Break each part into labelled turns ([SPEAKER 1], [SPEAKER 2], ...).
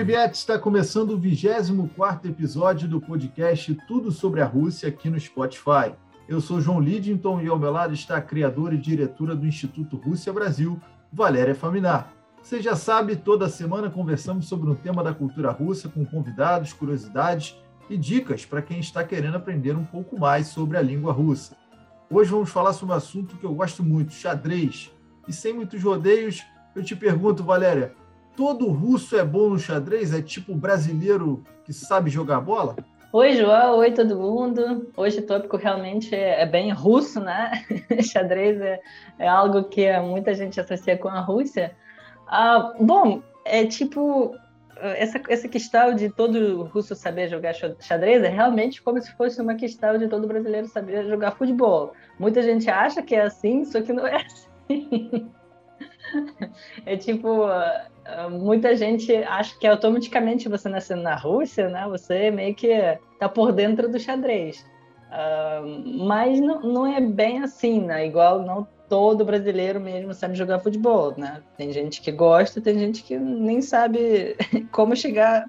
[SPEAKER 1] Privet, está começando o 24º episódio do podcast Tudo sobre a Rússia aqui no Spotify. Eu sou João Lidington e ao meu lado está a criadora e diretora do Instituto Rússia Brasil, Valéria Faminar. Você já sabe, toda semana conversamos sobre um tema da cultura russa com convidados, curiosidades e dicas para quem está querendo aprender um pouco mais sobre a língua russa. Hoje vamos falar sobre um assunto que eu gosto muito, xadrez. E sem muitos rodeios, eu te pergunto, Valéria, todo russo é bom no xadrez? É tipo brasileiro que sabe jogar bola?
[SPEAKER 2] Oi, João. Oi, todo mundo. Hoje o tópico realmente é bem russo, né? Xadrez é algo que muita gente associa com a Rússia. Bom, é tipo... Essa questão de todo russo saber jogar xadrez é realmente como se fosse uma questão de todo brasileiro saber jogar futebol. Muita gente acha que é assim, só que não é assim. É tipo, muita gente acha que automaticamente você nascendo na Rússia, né, você meio que tá por dentro do xadrez. Mas não é bem assim, né? Igual não todo brasileiro mesmo sabe jogar futebol, né? Tem gente que gosta, tem gente que nem sabe como chegar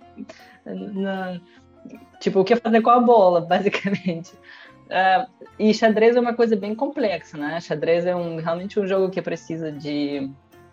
[SPEAKER 2] tipo, o que fazer com a bola, basicamente. E xadrez é uma coisa bem complexa, né? Xadrez é realmente um jogo que precisa de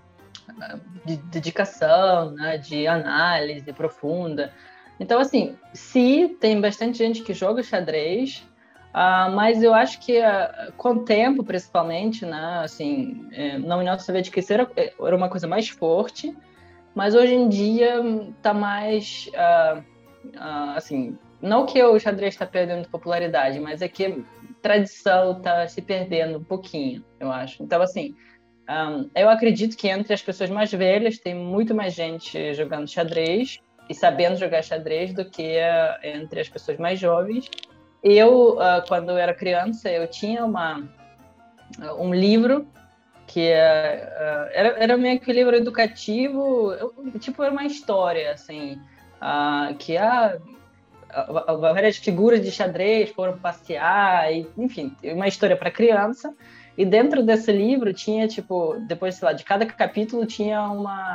[SPEAKER 2] dedicação, né, de análise profunda. Então, assim, tem bastante gente que joga xadrez, mas eu acho que com o tempo, principalmente, né, assim, na União Soviética isso era uma coisa mais forte, mas hoje em dia está mais, assim, não que o xadrez está perdendo popularidade, mas é que a tradição está se perdendo um pouquinho, eu acho. Então, assim, eu acredito que entre as pessoas mais velhas tem muito mais gente jogando xadrez e sabendo jogar xadrez do que entre as pessoas mais jovens. Eu, quando eu era criança, eu tinha um livro que era meio que um livro educativo, tipo, era uma história, assim, que várias figuras de xadrez foram passear, e, enfim, uma história para criança. E dentro desse livro tinha, tipo, depois, sei lá, de cada capítulo tinha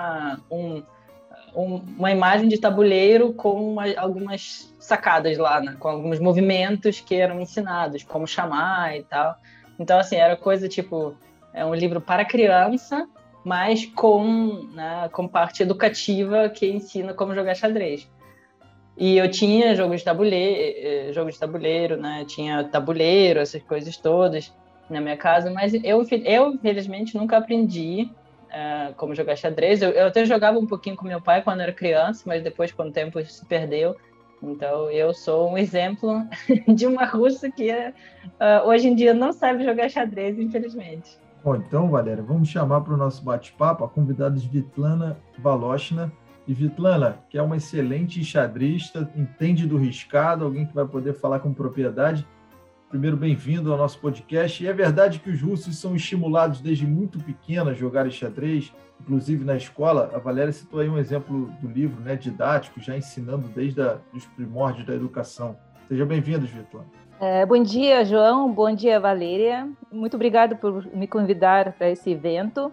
[SPEAKER 2] uma imagem de tabuleiro com algumas sacadas lá, né? Com alguns movimentos que eram ensinados, como chamar e tal. Então, assim, era coisa, tipo, é um livro para criança, mas com parte educativa que ensina como jogar xadrez. E eu tinha jogo de tabuleiro, né? Tinha tabuleiro, essas coisas todas na minha casa, mas eu infelizmente, nunca aprendi como jogar xadrez. Eu até jogava um pouquinho com meu pai quando era criança, mas depois, com o tempo, isso se perdeu. Então, eu sou um exemplo de uma russa que hoje em dia não sabe jogar xadrez, infelizmente.
[SPEAKER 1] Bom, então, Valéria, vamos chamar para o nosso bate-papo a convidada Svitlana Valoshina. E Svitlana, que é uma excelente xadrista, entende do riscado, alguém que vai poder falar com propriedade. Primeiro, bem-vindo ao nosso podcast. E é verdade que os russos são estimulados desde muito pequenos a jogarem xadrez, inclusive na escola. A Valéria citou aí um exemplo do livro, né, didático, já ensinando desde os primórdios da educação. Seja bem-vindo, Svitlana.
[SPEAKER 3] Bom dia, João. Bom dia, Valéria. Muito obrigada por me convidar para esse evento.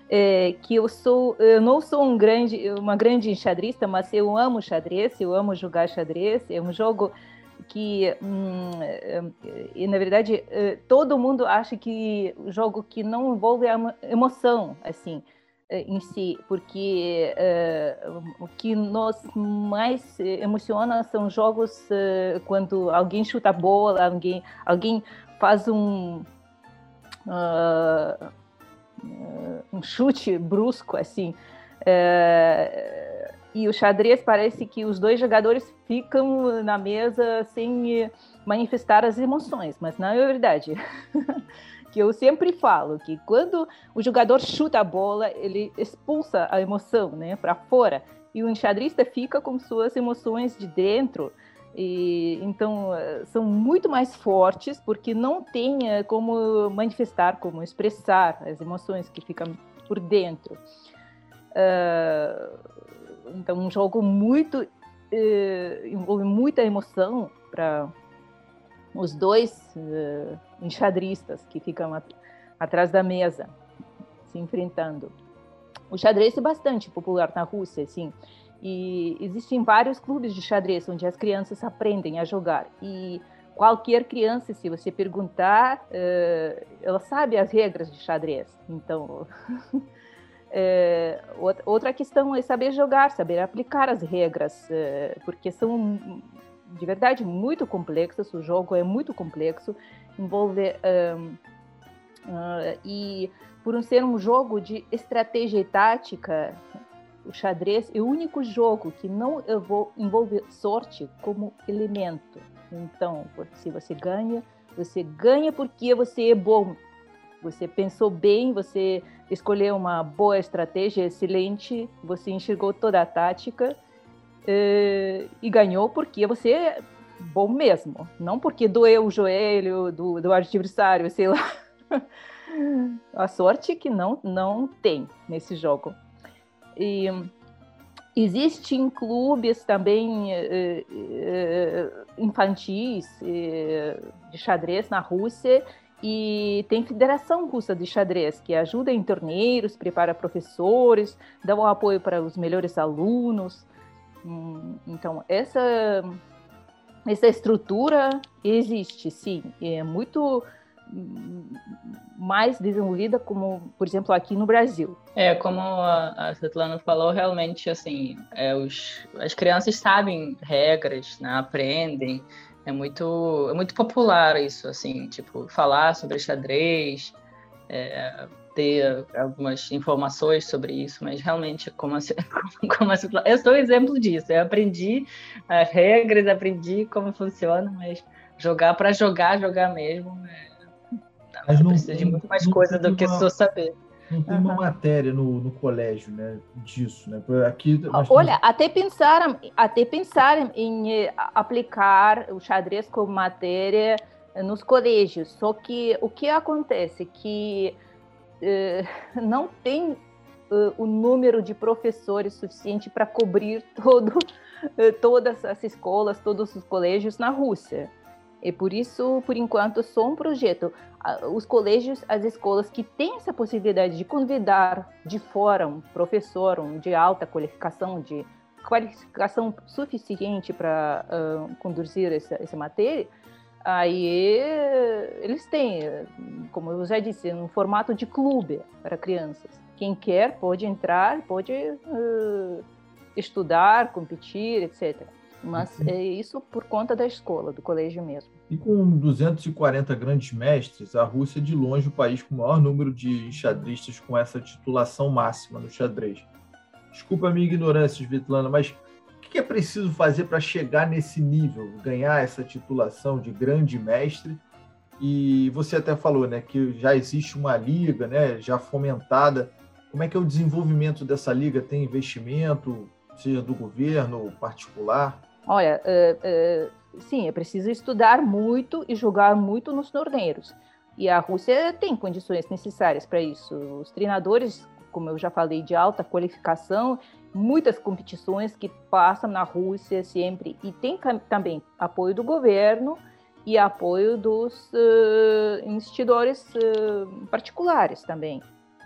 [SPEAKER 3] Eu não sou uma grande xadrista, mas eu amo xadrez, eu amo jogar xadrez. É um jogo que, na verdade, todo mundo acha que o jogo que não envolve a emoção, assim, em si, porque o que nos mais emociona são jogos quando alguém chuta a bola, alguém faz um chute brusco, assim. E o xadrez parece que os dois jogadores ficam na mesa sem manifestar as emoções, mas não é verdade. Que eu sempre falo que quando o jogador chuta a bola, ele expulsa a emoção, né, para fora, e o enxadrista fica com suas emoções de dentro, e então são muito mais fortes, porque não tem como manifestar, como expressar as emoções que ficam por dentro. Então, um jogo envolve muita emoção para os dois enxadristas que ficam atrás da mesa, se enfrentando. O xadrez é bastante popular na Rússia, assim, E existem vários clubes de xadrez onde as crianças aprendem a jogar. E qualquer criança, se você perguntar, ela sabe as regras de xadrez. Então, outra questão é saber jogar, saber aplicar as regras, porque são, de verdade, muito complexas. O jogo é muito complexo, envolve... e por ser um jogo de estratégia e tática, o xadrez é o único jogo que não envolve sorte como elemento. Então, se você ganha porque você é bom. Você pensou bem, você escolheu uma boa estratégia excelente, você enxergou toda a tática e ganhou porque você é bom mesmo. Não porque doeu o joelho do adversário, sei lá. A sorte que não tem nesse jogo. E existem clubes também infantis de xadrez na Rússia, e tem Federação Russa de Xadrez, que ajuda em torneios, prepara professores, dá um apoio para os melhores alunos. Então, essa estrutura existe, sim. É muito mais desenvolvida, como, por exemplo, aqui no Brasil.
[SPEAKER 2] Como a Svetlana falou, realmente, assim, as crianças sabem regras, né, aprendem, é muito popular isso, assim, tipo, falar sobre xadrez, ter algumas informações sobre isso, mas realmente, como eu sou exemplo disso, eu aprendi as regras, aprendi como funciona, mas jogar mesmo,
[SPEAKER 1] Mas
[SPEAKER 2] precisa de muito mais coisa do que só saber.
[SPEAKER 1] Não tem uma matéria no colégio, né, disso, né? Aqui,
[SPEAKER 3] olha, até pensaram em aplicar o xadrez como matéria nos colégios, só que o que acontece é que não tem o número de professores suficiente para cobrir todas as escolas, todos os colégios na Rússia. E por isso, por enquanto, só um projeto. Os colégios, as escolas que têm essa possibilidade de convidar de fora um professor, de alta qualificação, de qualificação suficiente para conduzir essa matéria, aí eles têm, como eu já disse, um formato de clube para crianças. Quem quer pode entrar, pode estudar, competir, etc. Mas é isso por conta da escola, do colégio mesmo.
[SPEAKER 1] E com 240 grandes mestres, a Rússia é de longe o país com o maior número de enxadristas com essa titulação máxima no xadrez. Desculpa a minha ignorância, Svetlana, mas o que é preciso fazer para chegar nesse nível, ganhar essa titulação de grande mestre? E você até falou, né, que já existe uma liga, né, já fomentada. Como é que é o desenvolvimento dessa liga? Tem investimento, seja do governo ou particular?
[SPEAKER 3] Olha, sim, é preciso estudar muito e jogar muito nos torneios. E a Rússia tem condições necessárias para isso. Os treinadores, como eu já falei, de alta qualificação, muitas competições que passam na Rússia sempre. E tem também apoio do governo e apoio dos investidores particulares também.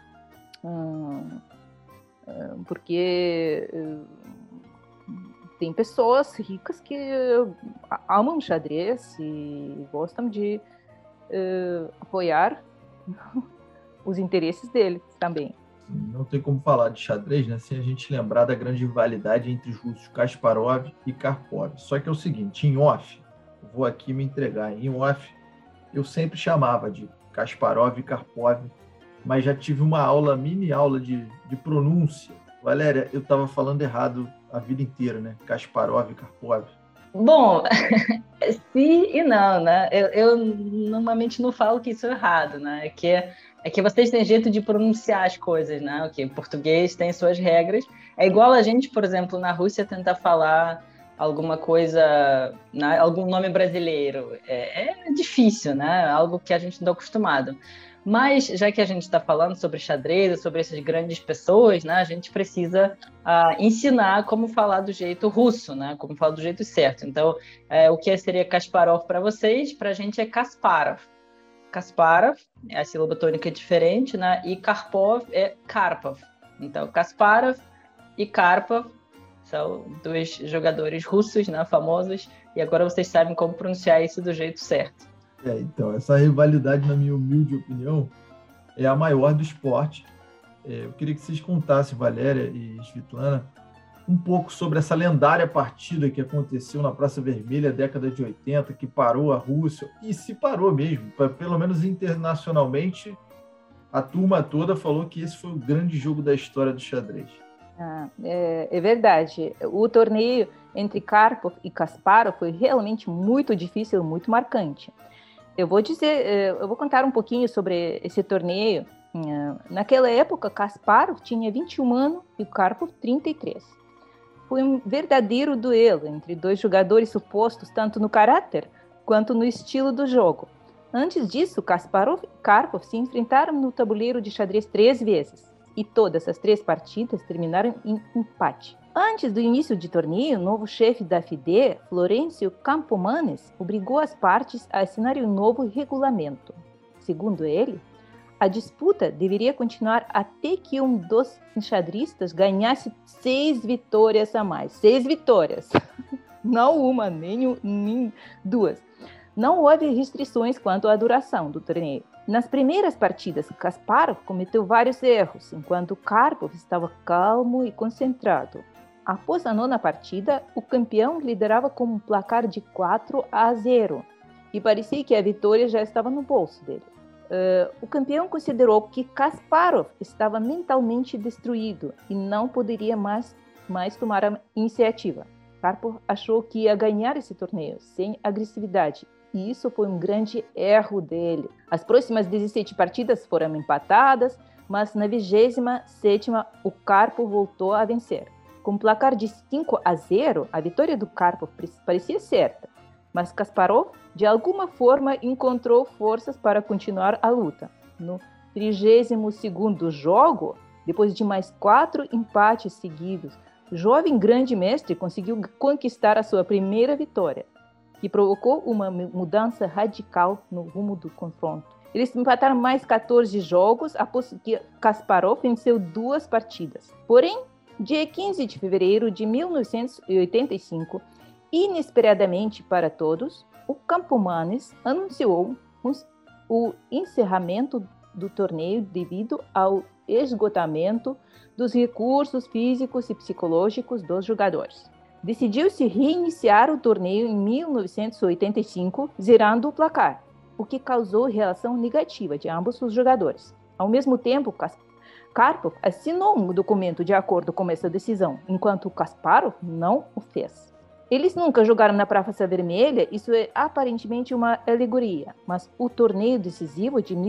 [SPEAKER 3] Porque tem pessoas ricas que amam xadrez e gostam de apoiar os interesses deles também.
[SPEAKER 1] Não tem como falar de xadrez, né, sem a gente lembrar da grande rivalidade entre os russos Kasparov e Karpov. Só que é o seguinte, em off, vou aqui me entregar, em off, eu sempre chamava de Kasparov e Karpov, mas já tive uma mini aula de pronúncia. Valéria, eu estava falando errado a vida inteira, né? Kasparov e Karpov.
[SPEAKER 2] Bom, sim e não, né? Eu normalmente não falo que isso é errado, né? É que vocês têm jeito de pronunciar as coisas, né? O português tem suas regras. É igual a gente, por exemplo, na Rússia, tentar falar alguma coisa, né? Algum nome brasileiro. É difícil, né? Algo que a gente não está acostumado. Mas, já que a gente está falando sobre xadrez, sobre essas grandes pessoas, né, a gente precisa ensinar como falar do jeito russo, né, como falar do jeito certo. Então, o que seria Kasparov para vocês, para a gente é Kasparov. Kasparov, a sílaba tônica é diferente, né, e Karpov é Karpov. Então, Kasparov e Karpov São dois jogadores russos, né, famosos, e agora vocês sabem como pronunciar isso do jeito certo.
[SPEAKER 1] Então, essa rivalidade, na minha humilde opinião, é a maior do esporte. Eu queria que vocês contassem, Valéria e Svitlana, um pouco sobre essa lendária partida que aconteceu na Praça Vermelha, década de 80, que parou a Rússia, e se parou mesmo, pelo menos internacionalmente, a turma toda falou que esse foi o grande jogo da história do xadrez.
[SPEAKER 3] É verdade. O torneio entre Karpov e Kasparov foi realmente muito difícil, muito marcante. Eu vou contar um pouquinho sobre esse torneio. Naquela época, Kasparov tinha 21 anos e Karpov 33. Foi um verdadeiro duelo entre dois jogadores supostos tanto no caráter quanto no estilo do jogo. Antes disso, Kasparov e Karpov se enfrentaram no tabuleiro de xadrez 3 vezes, e todas as 3 partidas terminaram em empate. Antes do início do torneio, o novo chefe da FIDE, Florencio Campomanes, obrigou as partes a assinarem um novo regulamento. Segundo ele, a disputa deveria continuar até que um dos enxadristas ganhasse 6 vitórias a mais. 6 vitórias! Não uma, nem 2. Não houve restrições quanto à duração do torneio. Nas primeiras partidas, Kasparov cometeu vários erros, enquanto Karpov estava calmo e concentrado. Após a 9ª partida, o campeão liderava com um placar de 4-0 e parecia que a vitória já estava no bolso dele. O campeão considerou que Kasparov estava mentalmente destruído e não poderia mais tomar a iniciativa. Karpov achou que ia ganhar esse torneio sem agressividade, e isso foi um grande erro dele. As próximas 17 partidas foram empatadas, mas na 27ª o Karpov voltou a vencer. Com um placar de 5-0, a vitória do Karpov parecia certa, mas Kasparov, de alguma forma, encontrou forças para continuar a luta. No 32º jogo, depois de mais 4 empates seguidos, o jovem grande mestre conseguiu conquistar a sua primeira vitória, que provocou uma mudança radical no rumo do confronto. Eles empataram mais 14 jogos após que Kasparov venceu 2 partidas. Porém, dia 15 de fevereiro de 1985, inesperadamente para todos, o Campomanes anunciou o encerramento do torneio devido ao esgotamento dos recursos físicos e psicológicos dos jogadores. Decidiu-se reiniciar o torneio em 1985, zerando o placar, o que causou reação negativa de ambos os jogadores. Ao mesmo tempo, Karpov assinou um documento de acordo com essa decisão, enquanto Kasparov não o fez. Eles nunca jogaram na Praça Vermelha, isso é aparentemente uma alegoria, mas o torneio decisivo de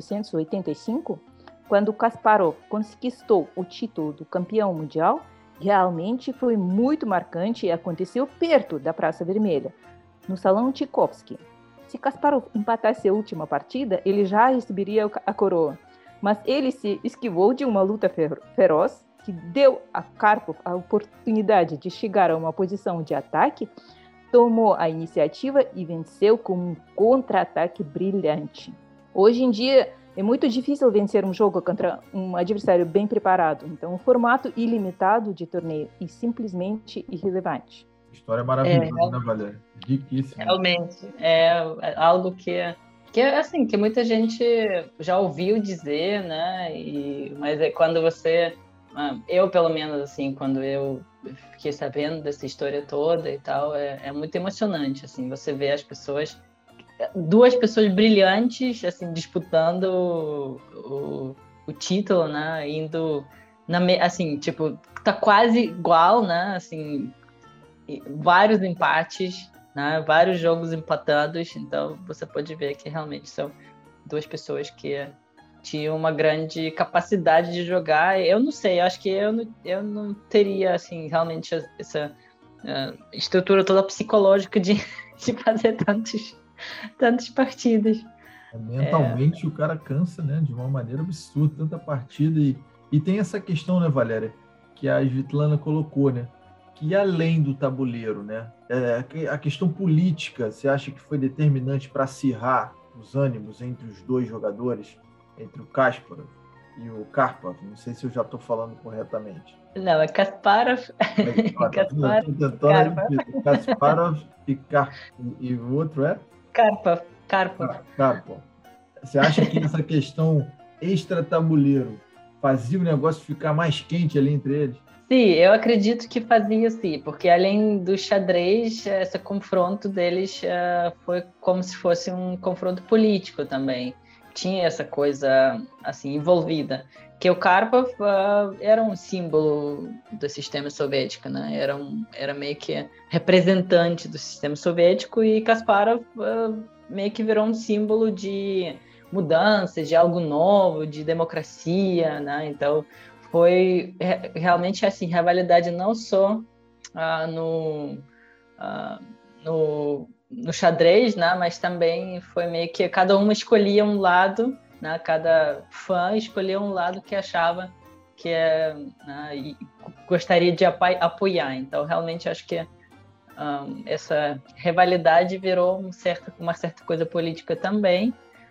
[SPEAKER 3] 1985, quando Kasparov conquistou o título do campeão mundial, realmente foi muito marcante e aconteceu perto da Praça Vermelha, no Salão Tchaikovsky. Se Kasparov empatasse a última partida, ele já receberia a coroa, mas ele se esquivou de uma luta feroz que deu a Karpov a oportunidade de chegar a uma posição de ataque, tomou a iniciativa e venceu com um contra-ataque brilhante. Hoje em dia, é muito difícil vencer um jogo contra um adversário bem preparado, então o formato ilimitado de torneio é simplesmente irrelevante.
[SPEAKER 1] História maravilhosa, né, Valéria? Riquíssima.
[SPEAKER 2] Realmente, é algo que assim, que muita gente já ouviu dizer, né? Mas é quando você... Eu, pelo menos, assim, quando eu fiquei sabendo dessa história toda e tal, é muito emocionante, assim, você vê as pessoas... 2 pessoas brilhantes, assim, disputando o título, né? Indo, assim, tipo, tá quase igual, né? Assim, vários empates, né? Vários jogos empatados, então você pode ver que realmente são 2 pessoas que tinham uma grande capacidade de jogar. Eu não sei, acho que eu não teria, assim, realmente essa estrutura toda psicológica de fazer tantas partidas.
[SPEAKER 1] Mentalmente o cara cansa, né, de uma maneira absurda, tanta partida. E tem essa questão, né, Valéria, que a Svitlana colocou, né, que além do tabuleiro, né, a questão política, você acha que foi determinante para acirrar os ânimos entre os 2 jogadores, entre o Kasparov e o Karpov. Não sei se eu já estou falando corretamente.
[SPEAKER 2] Não, é Kasparov.
[SPEAKER 1] Kasparov e o outro é?
[SPEAKER 2] Karpov.
[SPEAKER 1] Você acha que essa questão extra-tabuleiro fazia o negócio ficar mais quente ali entre eles?
[SPEAKER 2] Sim, eu acredito que fazia sim, porque além do xadrez, esse confronto deles foi como se fosse um confronto político também. Tinha essa coisa assim envolvida, que o Karpov era um símbolo do sistema soviético, né? Era meio que representante do sistema soviético, e Kasparov meio que virou um símbolo de mudanças, de algo novo, de democracia, né? Então foi realmente assim, rivalidade não só no xadrez, né? Mas também foi meio que cada uma escolhia um lado, né? Cada fã escolhia um lado que achava que né? Gostaria de apoiar. Então, realmente, acho que essa rivalidade virou uma certa coisa política também.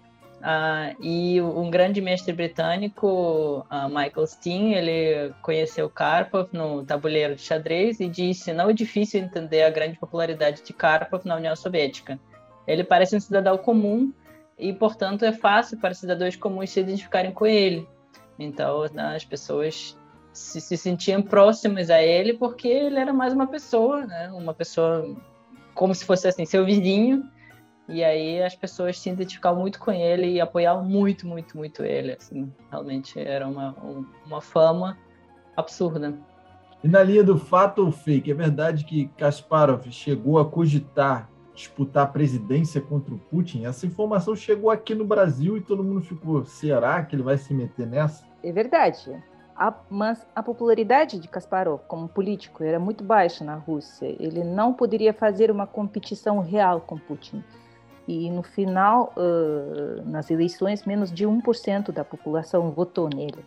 [SPEAKER 2] E um grande mestre britânico, Michael Steen, ele conheceu Karpov no tabuleiro de xadrez e disse: não é difícil entender a grande popularidade de Karpov na União Soviética. Ele parece um cidadão comum e, portanto, é fácil para cidadãos comuns se identificarem com ele. Então, as pessoas se sentiam próximas a ele porque ele era mais uma pessoa, né? Uma pessoa como se fosse assim, seu vizinho. E aí as pessoas se identificavam muito com ele e apoiavam muito, muito, muito ele. Assim, realmente era uma fama absurda.
[SPEAKER 1] E na linha do fato ou fake, é verdade que Kasparov chegou a cogitar disputar a presidência contra o Putin? Essa informação chegou aqui no Brasil e todo mundo ficou, será que ele vai se meter nessa?
[SPEAKER 3] É verdade. Mas a popularidade de Kasparov como político era muito baixa na Rússia. Ele não poderia fazer uma competição real com Putin. E no final, nas eleições, menos de 1% da população votou nele.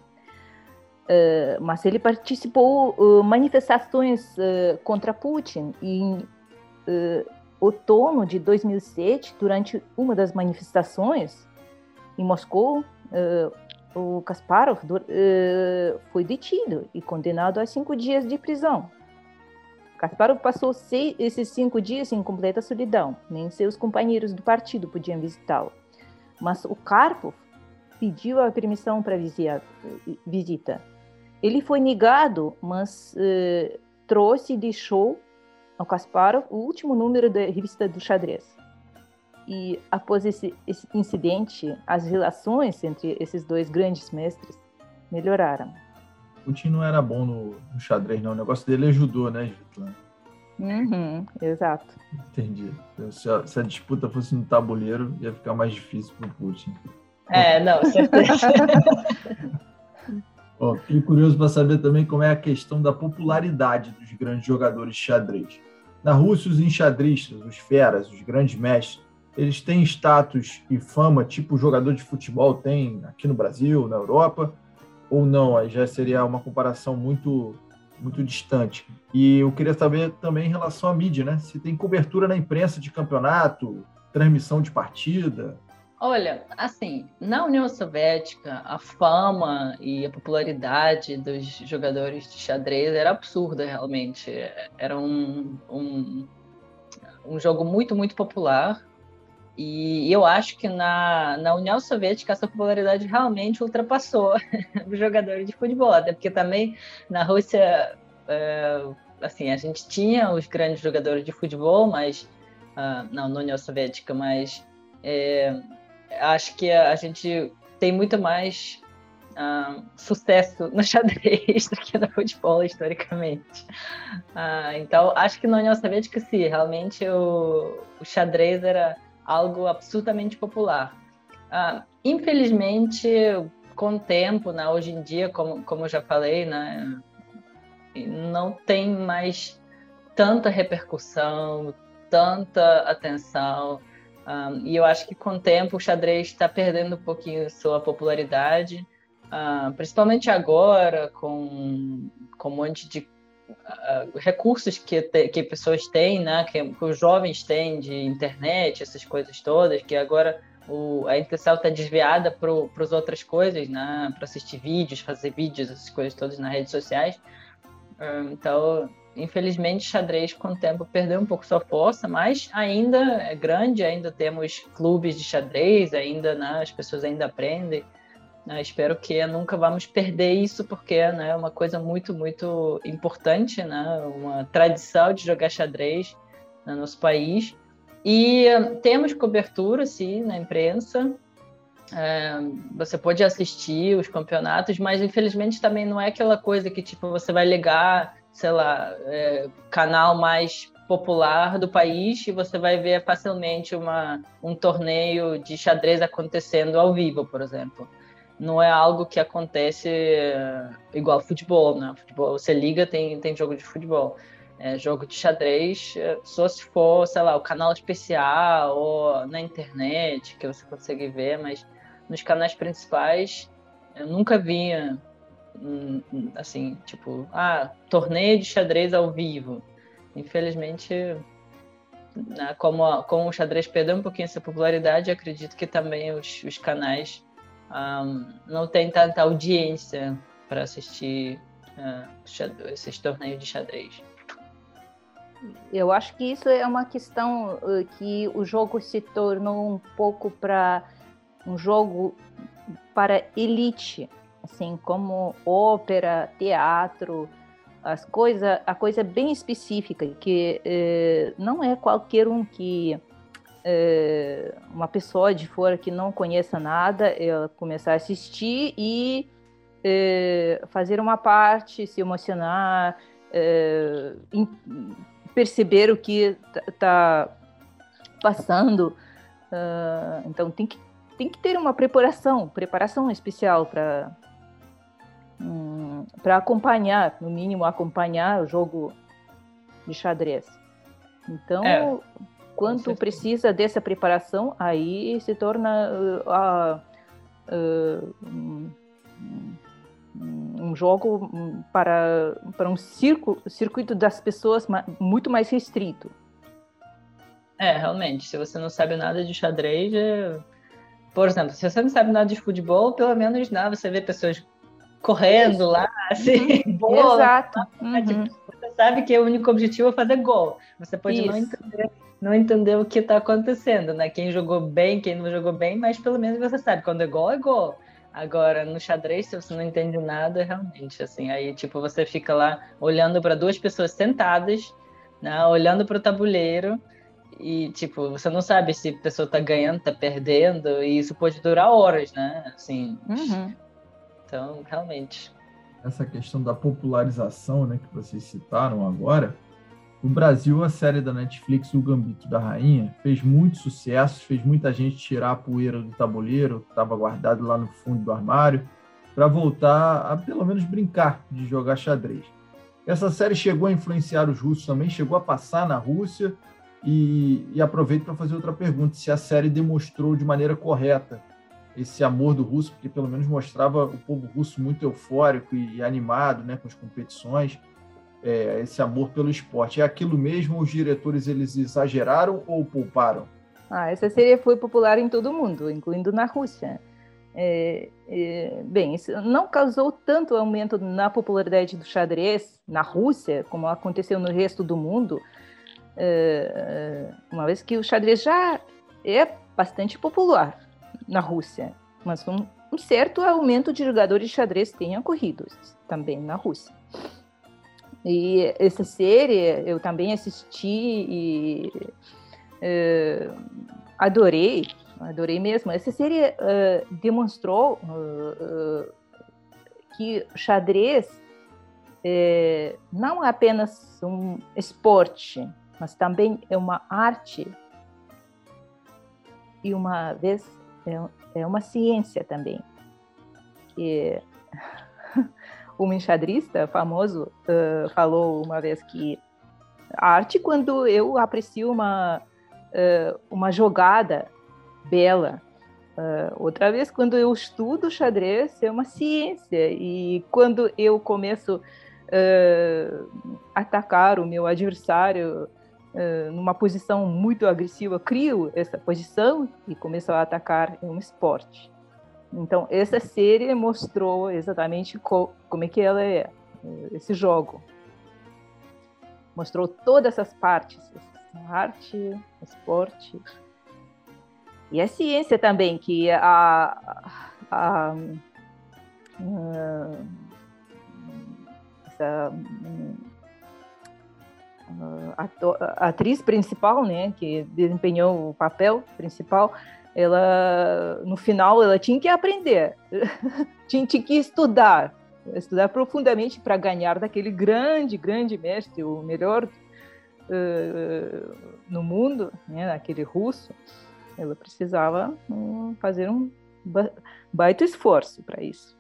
[SPEAKER 3] Mas ele participou manifestações contra Putin. E em outono de 2007, durante uma das manifestações em Moscou, o Kasparov foi detido e condenado a 5 dias de prisão. Kasparov passou esses 5 dias em completa solidão. Nem seus companheiros do partido podiam visitá-lo. Mas o Karpov pediu a permissão para visita. Ele foi negado, mas trouxe e deixou ao Kasparov o último número da revista do xadrez. E após esse incidente, as relações entre esses dois grandes mestres melhoraram.
[SPEAKER 1] Putin não era bom no xadrez, não. O negócio dele ajudou, né, Svetlana?
[SPEAKER 3] Exato.
[SPEAKER 1] Entendi. Se a disputa fosse no tabuleiro, ia ficar mais difícil para o Putin.
[SPEAKER 2] Não, certeza.
[SPEAKER 1] Fiquei curioso para saber também como é a questão da popularidade dos grandes jogadores de xadrez. Na Rússia, os enxadristas, os feras, os grandes mestres, eles têm status e fama tipo jogador de futebol tem aqui no Brasil, na Europa, ou não? Aí já seria uma comparação muito, muito distante. E eu queria saber também em relação à mídia, né? Se tem cobertura na imprensa de campeonato, transmissão de partida.
[SPEAKER 2] Olha, assim, na União Soviética, a fama e a popularidade dos jogadores de xadrez era absurda, realmente. Era um jogo muito, muito popular. E eu acho que na União Soviética essa popularidade realmente ultrapassou os jogadores de futebol. Até porque também na Rússia, assim, a gente tinha os grandes jogadores de futebol, mas não, na União Soviética, mas acho que a gente tem muito mais sucesso no xadrez do que no futebol, historicamente. Então, acho que na União Soviética, sim, realmente o xadrez era algo absolutamente popular. Infelizmente, com o tempo, né, hoje em dia, como eu já falei, né, não tem mais tanta repercussão, tanta atenção. E eu acho que com o tempo o xadrez está perdendo um pouquinho sua popularidade, principalmente agora, com um monte de recursos que pessoas têm, né, que os jovens têm de internet, essas coisas todas, que agora a intenção está desviada para as outras coisas, né? Para assistir vídeos, fazer vídeos, essas coisas todas nas redes sociais. Então, infelizmente, xadrez com o tempo perdeu um pouco sua força, mas ainda é grande, ainda temos clubes de xadrez, ainda, né, as pessoas ainda aprendem. Espero que nunca vamos perder isso, porque, né, é uma coisa muito, muito importante, né, uma tradição de jogar xadrez no nosso país. E temos cobertura, sim, na imprensa. Você pode assistir os campeonatos, mas infelizmente também não é aquela coisa que tipo, você vai ligar, sei lá, canal mais popular do país e você vai ver facilmente um torneio de xadrez acontecendo ao vivo, por exemplo. Não é algo que acontece igual futebol, né? Futebol, você liga, tem jogo de futebol. Jogo de xadrez, só se for, sei lá, o canal especial ou na internet, que você consegue ver, mas nos canais principais eu nunca vi, assim, tipo, torneio de xadrez ao vivo. Infelizmente, né, como o xadrez perdeu um pouquinho essa popularidade, acredito que também os canais não têm tanta audiência para assistir esses torneios de xadrez.
[SPEAKER 3] Eu acho que isso é uma questão que o jogo se tornou um pouco para um jogo para elite, assim como ópera, teatro, a coisa bem específica, que não é qualquer um que uma pessoa de fora que não conheça nada, ela começar a assistir e fazer uma parte, se emocionar, perceber o que está passando. Então tem que ter uma preparação especial para acompanhar, no mínimo acompanhar o jogo de xadrez. Então, quando precisa dessa preparação, aí se torna um jogo para um circuito das pessoas muito mais restrito.
[SPEAKER 2] Realmente, se você não sabe nada de xadrez, por exemplo, se você não sabe nada de futebol, pelo menos você vê pessoas correndo lá, assim, bola.
[SPEAKER 3] Exato.
[SPEAKER 2] Você sabe que o único objetivo é fazer gol. Você pode não entender o que está acontecendo, né? Quem jogou bem, quem não jogou bem, mas pelo menos você sabe, quando é gol, é gol. Agora, no xadrez, se você não entende nada, realmente, assim, aí, tipo, você fica lá olhando para duas pessoas sentadas, né, olhando para o tabuleiro, e, tipo, você não sabe se a pessoa tá ganhando, tá perdendo, e isso pode durar horas, né, assim. Então, realmente.
[SPEAKER 1] Essa questão da popularização, né, que vocês citaram agora, no Brasil, a série da Netflix, O Gambito da Rainha, fez muito sucesso, fez muita gente tirar a poeira do tabuleiro, que estava guardado lá no fundo do armário, para voltar a, pelo menos, brincar de jogar xadrez. Essa série chegou a influenciar os russos também, chegou a passar na Rússia, e aproveito para fazer outra pergunta, se a série demonstrou de maneira correta esse amor do russo, porque pelo menos mostrava o povo russo muito eufórico e animado, né, com as competições, esse amor pelo esporte. É aquilo mesmo, os diretores eles exageraram ou pouparam?
[SPEAKER 3] Essa série foi popular em todo o mundo, incluindo na Rússia. Bem, isso não causou tanto aumento na popularidade do xadrez na Rússia, como aconteceu no resto do mundo, uma vez que o xadrez já é bastante popular na Rússia, mas um certo aumento de jogadores de xadrez tem ocorrido também na Rússia. E essa série eu também assisti e adorei mesmo. Essa série demonstrou que o xadrez não é apenas um esporte, mas também é uma arte e uma vez é uma ciência também. Que um enxadrista famoso falou uma vez que a arte, quando eu aprecio uma jogada bela, outra vez, quando eu estudo xadrez, é uma ciência, e quando eu começo a atacar o meu adversário numa posição muito agressiva, criou essa posição e começou a atacar em um esporte. Então, essa série mostrou exatamente como é que ela é, esse jogo. Mostrou todas essas partes, arte, esporte. E a ciência também, que essa a atriz principal, né, que desempenhou o papel principal, ela no final ela tinha que aprender, tinha que estudar profundamente para ganhar daquele grande mestre, o melhor no mundo, né, aquele russo. Ela precisava fazer um baita esforço para isso.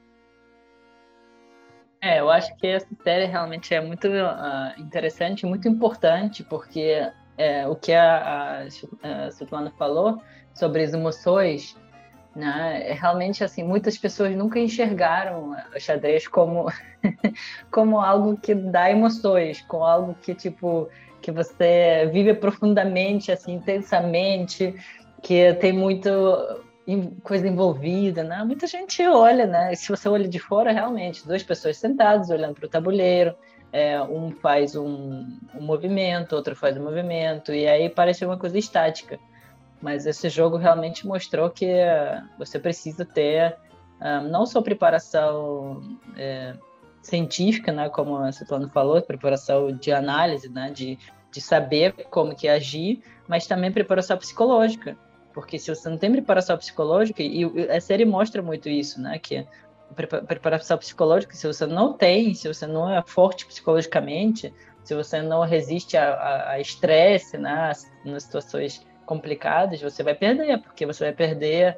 [SPEAKER 2] Eu acho que essa série realmente é muito interessante, muito importante, porque o que a Svetlana falou sobre as emoções, né, realmente assim, muitas pessoas nunca enxergaram o xadrez como como algo que dá emoções, como algo que tipo que você vive profundamente, assim, intensamente, que tem muito coisa envolvida, né? Muita gente olha, né? Se você olha de fora, realmente, duas pessoas sentadas olhando para o tabuleiro, um faz um movimento, outro faz um movimento, e aí parece uma coisa estática. Mas esse jogo realmente mostrou que você precisa ter não só preparação científica, né? Como a Svetlana falou, preparação de análise, né? De saber como que agir, mas também preparação psicológica. Porque se você não tem preparação psicológica, e a série mostra muito isso, né? Que preparação psicológica, se você não tem, se você não é forte psicologicamente, se você não resiste a estresse, né? Nas situações complicadas, você vai perder, porque você vai perder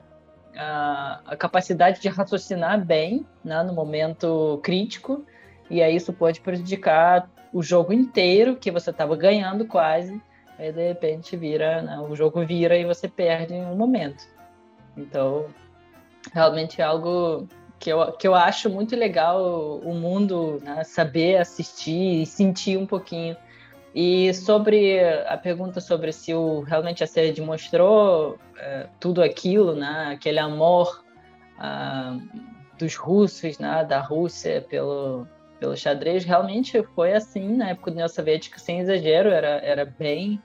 [SPEAKER 2] a capacidade de raciocinar bem, né? No momento crítico, e aí isso pode prejudicar o jogo inteiro, que você estava ganhando quase, aí de repente vira, né, o jogo vira e você perde em um momento. Então, realmente é algo que eu acho muito legal o mundo, né, saber assistir e sentir um pouquinho. E sobre a pergunta sobre se realmente a série demonstrou tudo aquilo, né, aquele amor dos russos, né, da Rússia pelo xadrez, realmente foi assim na época da União Soviética, sem exagero, era bem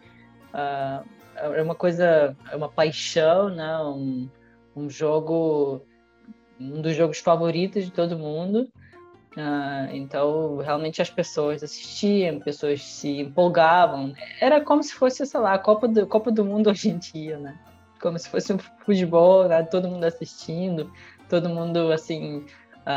[SPEAKER 2] é uma coisa, é uma paixão, né? Um jogo, um dos jogos favoritos de todo mundo. Então, realmente as pessoas assistiam, pessoas se empolgavam. Era como se fosse, sei lá, a Copa do Mundo hoje em dia, né? Como se fosse um futebol, né? Todo mundo assistindo, todo mundo, assim,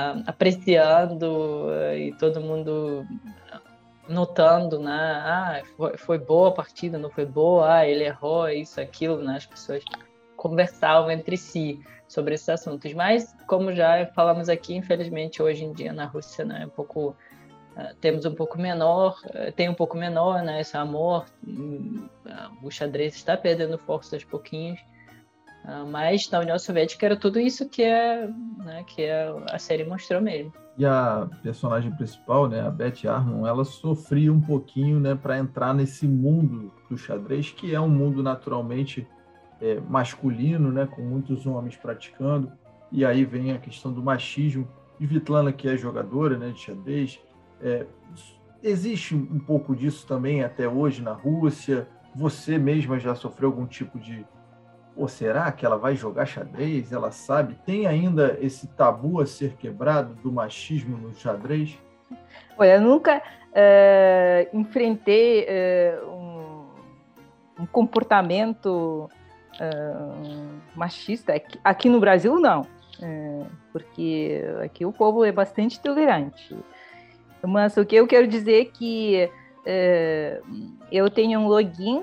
[SPEAKER 2] apreciando e todo mundo notando, né? Foi boa a partida, não foi boa, ele errou, isso, aquilo, né? As pessoas conversavam entre si sobre esses assuntos. Mas, como já falamos aqui, infelizmente, hoje em dia na Rússia, né, temos um pouco menor, tem um pouco menor, né, esse amor, o xadrez está perdendo força aos pouquinhos, mas na União Soviética era tudo isso que a série mostrou mesmo.
[SPEAKER 1] E a personagem principal, né, a Beth Harmon, ela sofria um pouquinho, né, para entrar nesse mundo do xadrez, que é um mundo naturalmente masculino, né, com muitos homens praticando, e aí vem a questão do machismo. E Svetlana, que é jogadora, né, de xadrez, existe um pouco disso também até hoje na Rússia? Você mesma já sofreu algum tipo de... Ou será que ela vai jogar xadrez? Ela sabe? Tem ainda esse tabu a ser quebrado do machismo no xadrez?
[SPEAKER 3] Olha, eu nunca enfrentei um comportamento machista. Aqui no Brasil, não. Porque aqui o povo é bastante tolerante. Mas o que eu quero dizer é que eu tenho um login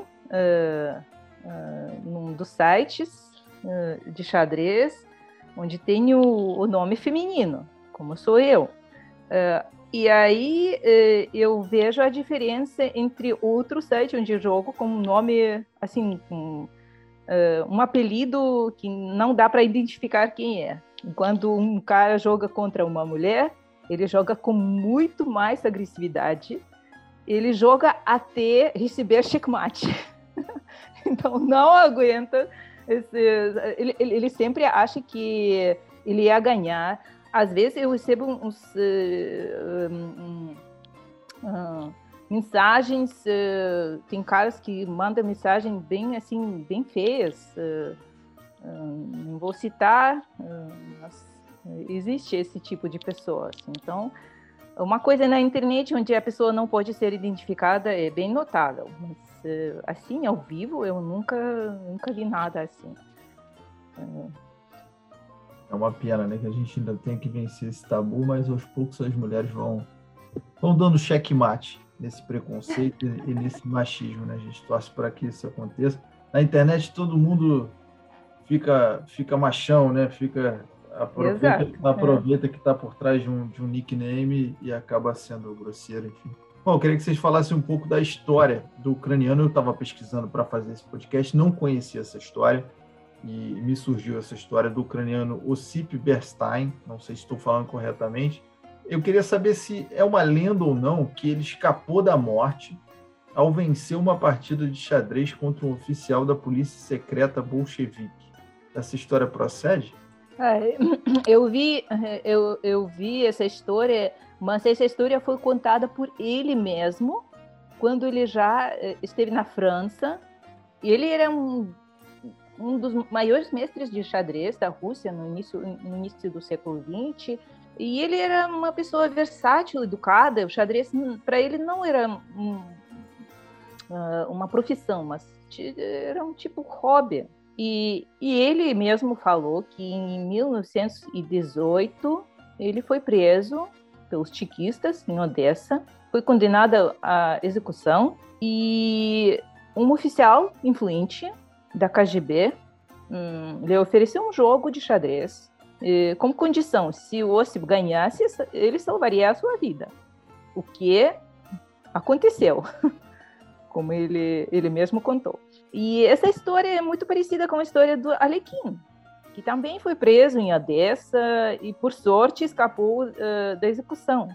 [SPEAKER 3] num dos sites de xadrez, onde tem o nome feminino, como sou eu. E aí eu vejo a diferença entre outro site onde eu jogo com um nome, assim, um apelido que não dá para identificar quem é. Enquanto um cara joga contra uma mulher, ele joga com muito mais agressividade, ele joga até receber checkmate. Então, não aguenta. Ele sempre acha que ele ia ganhar. Às vezes, eu recebo mensagens. Tem caras que mandam mensagem bem, assim, bem feias. Não vou citar, mas existe esse tipo de pessoa. Assim. Então, uma coisa na internet onde a pessoa não pode ser identificada é bem notável. Mas, assim, ao vivo, eu nunca vi nada assim.
[SPEAKER 1] É uma pena, né? Que a gente ainda tem que vencer esse tabu, mas aos poucos as mulheres vão dando checkmate nesse preconceito e nesse machismo, né? A gente torce para que isso aconteça. Na internet, todo mundo fica machão, né? Aproveita que está por trás de um nickname e acaba sendo grosseiro, enfim. Bom, eu queria que vocês falassem um pouco da história do ucraniano. Eu estava pesquisando para fazer esse podcast, não conhecia essa história, e me surgiu essa história do ucraniano Ossip Berstein, não sei se estou falando corretamente. Eu queria saber se é uma lenda ou não que ele escapou da morte ao vencer uma partida de xadrez contra um oficial da polícia secreta bolchevique. Essa história procede?
[SPEAKER 3] Eu vi essa história, mas essa história foi contada por ele mesmo quando ele já esteve na França. Ele era um dos maiores mestres de xadrez da Rússia no início do século XX, e ele era uma pessoa versátil, educada. O xadrez para ele não era uma profissão, mas era um tipo hobby. E ele mesmo falou que em 1918 ele foi preso pelos tchequistas em Odessa, foi condenado à execução, e um oficial influente da KGB lhe ofereceu um jogo de xadrez como condição: se o Ossip ganhasse, ele salvaria a sua vida. O que aconteceu, como ele mesmo contou. E essa história é muito parecida com a história do Alekhine, que também foi preso em Odessa e, por sorte, escapou da execução.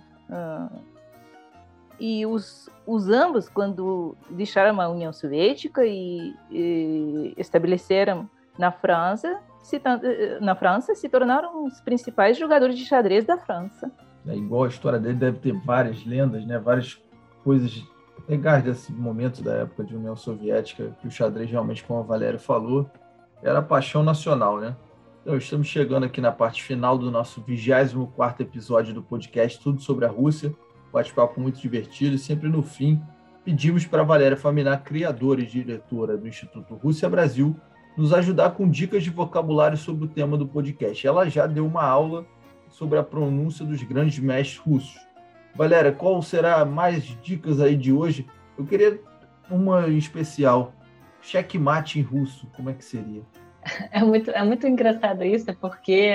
[SPEAKER 3] E os ambos, quando deixaram a União Soviética e estabeleceram na França, se tornaram os principais jogadores de xadrez da França.
[SPEAKER 1] Igual a história dele, deve ter várias lendas, né? Várias coisas legais desse momento da época de União Soviética, que o xadrez realmente, como a Valéria falou, era paixão nacional, né? Então, estamos chegando aqui na parte final do nosso 24º episódio do podcast Tudo sobre a Rússia. Bate-papo muito divertido, e sempre no fim pedimos para a Valéria Faminar, criadora e diretora do Instituto Rússia Brasil, nos ajudar com dicas de vocabulário sobre o tema do podcast. Ela já deu uma aula sobre a pronúncia dos grandes mestres russos. Valéria, qual será mais dicas aí de hoje? Eu queria uma em especial. Checkmate em russo, como é que seria?
[SPEAKER 2] É muito engraçado isso, porque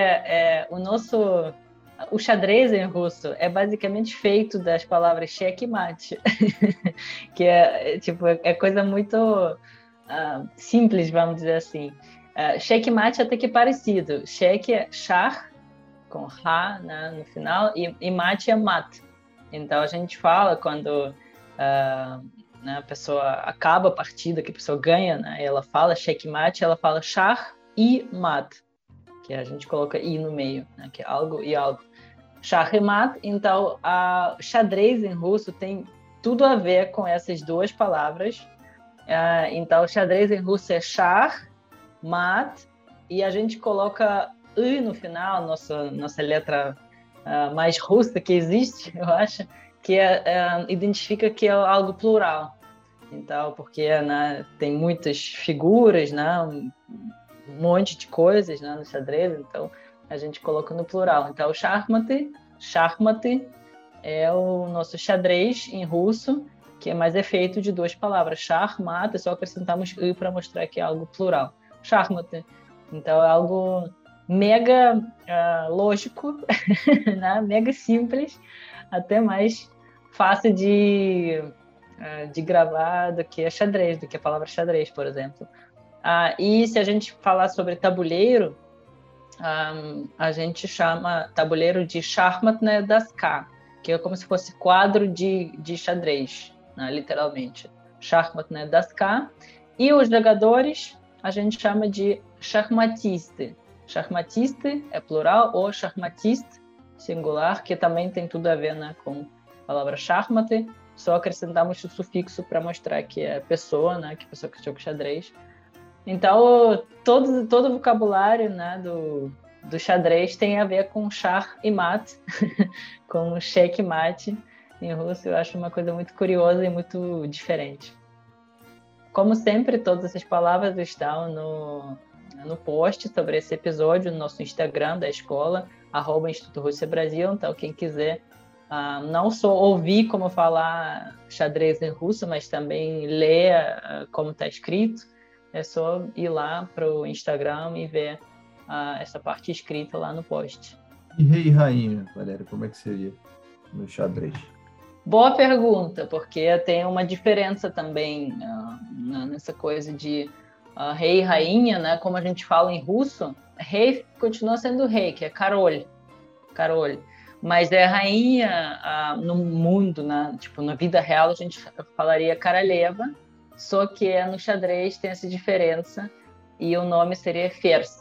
[SPEAKER 2] o xadrez em russo é basicamente feito das palavras checkmate, que é coisa muito simples, vamos dizer assim. Checkmate até que parecido. Check é char, com ra, né, no final, e mate é mat. Então a gente fala quando a pessoa acaba a partida, que a pessoa ganha, né, ela fala checkmate, ela fala char e mat, que a gente coloca i no meio, né, que é algo e algo. Char e mat. Então xadrez em russo tem tudo a ver com essas duas palavras. Então xadrez em russo é char, mat, e a gente coloca i no final, nossa letra mais russa que existe, eu acho, que identifica que é algo plural. Então, porque tem muitas figuras, né, um monte de coisas, né, no xadrez, então a gente coloca no plural. Então, shakhmaty é o nosso xadrez em russo, que é feito de duas palavras. Shahmat, só acrescentamos i para mostrar que é algo plural. Shakhmaty. Então, é algo mega lógico, né? Mega simples, até mais fácil de gravar do que a palavra xadrez, por exemplo. E se a gente falar sobre tabuleiro, a gente chama tabuleiro de Shachmat, né, daska, que é como se fosse quadro de xadrez. né, literalmente. Шахмат, né, доска. E os jogadores a gente chama de шахматисты. Шахматисты é plural, ou шахматист, singular, que também tem tudo a ver, né, com a palavra шахматы. Só acrescentamos o sufixo para mostrar que é pessoa, né, que pessoa que joga xadrez. Então, todo o vocabulário, né, do xadrez tem a ver com char e mate, com cheque mate. Em russo, eu acho uma coisa muito curiosa e muito diferente. Como sempre, todas essas palavras estão no post sobre esse episódio, no nosso Instagram da escola, @Instituto Rússia Brasil. Então, quem quiser não só ouvir como falar xadrez em russo, mas também ler como está escrito, é só ir lá para o Instagram e ver essa parte escrita lá no post.
[SPEAKER 1] E rei e rainha, Valéria, como é que seria no xadrez?
[SPEAKER 2] Boa pergunta, porque tem uma diferença também nessa coisa de rei e rainha, né? Como a gente fala em russo, rei continua sendo rei, que é Король. Mas rainha no mundo, né? Tipo, na vida real a gente falaria Королева, só que no xadrez tem essa diferença e o nome seria Ферзь.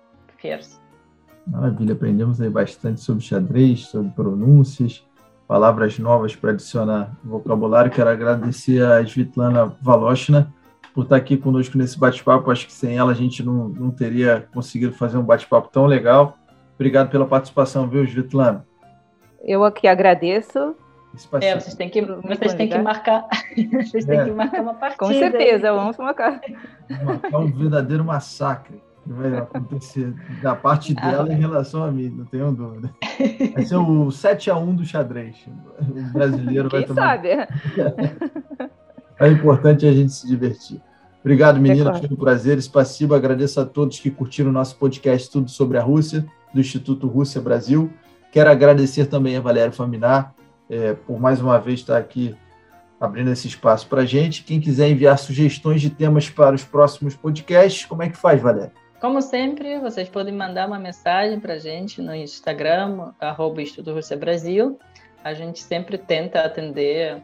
[SPEAKER 1] Maravilha, aprendemos aí bastante sobre xadrez, sobre pronúncias, palavras novas para adicionar no vocabulário. Quero agradecer a Svitlana Valoshina por estar aqui conosco nesse bate-papo. Acho que sem ela a gente não teria conseguido fazer um bate-papo tão legal. Obrigado pela participação, viu, Svitlana?
[SPEAKER 3] Eu aqui agradeço.
[SPEAKER 2] Vocês têm que marcar. Vocês têm que marcar uma partida.
[SPEAKER 3] Com certeza, vamos marcar.
[SPEAKER 1] Marcar um verdadeiro massacre que vai acontecer da parte dela em relação a mim, não tenho dúvida. Vai ser o 7-1 do xadrez. O brasileiro vai tomar.
[SPEAKER 3] Quem sabe?
[SPEAKER 1] É importante a gente se divertir. Obrigado, meninas, foi um prazer. Spasiba, agradeço a todos que curtiram o nosso podcast Tudo sobre a Rússia, do Instituto Rússia Brasil. Quero agradecer também a Valéria Faminar por mais uma vez estar aqui abrindo esse espaço para a gente. Quem quiser enviar sugestões de temas para os próximos podcasts, como é que faz, Valéria?
[SPEAKER 2] Como sempre, vocês podem mandar uma mensagem para a gente no Instagram, @Instituto Rússia Brasil. A gente sempre tenta atender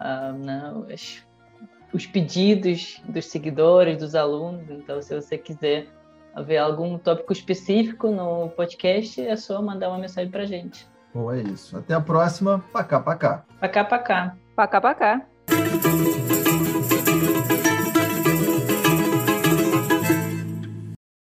[SPEAKER 2] os pedidos dos seguidores, dos alunos. Então, se você quiser ver algum tópico específico no podcast, é só mandar uma mensagem para a gente.
[SPEAKER 1] Bom, é isso. Até a próxima. Pacá, pacá.
[SPEAKER 2] Pacá, pacá.
[SPEAKER 3] Pacá, pacá.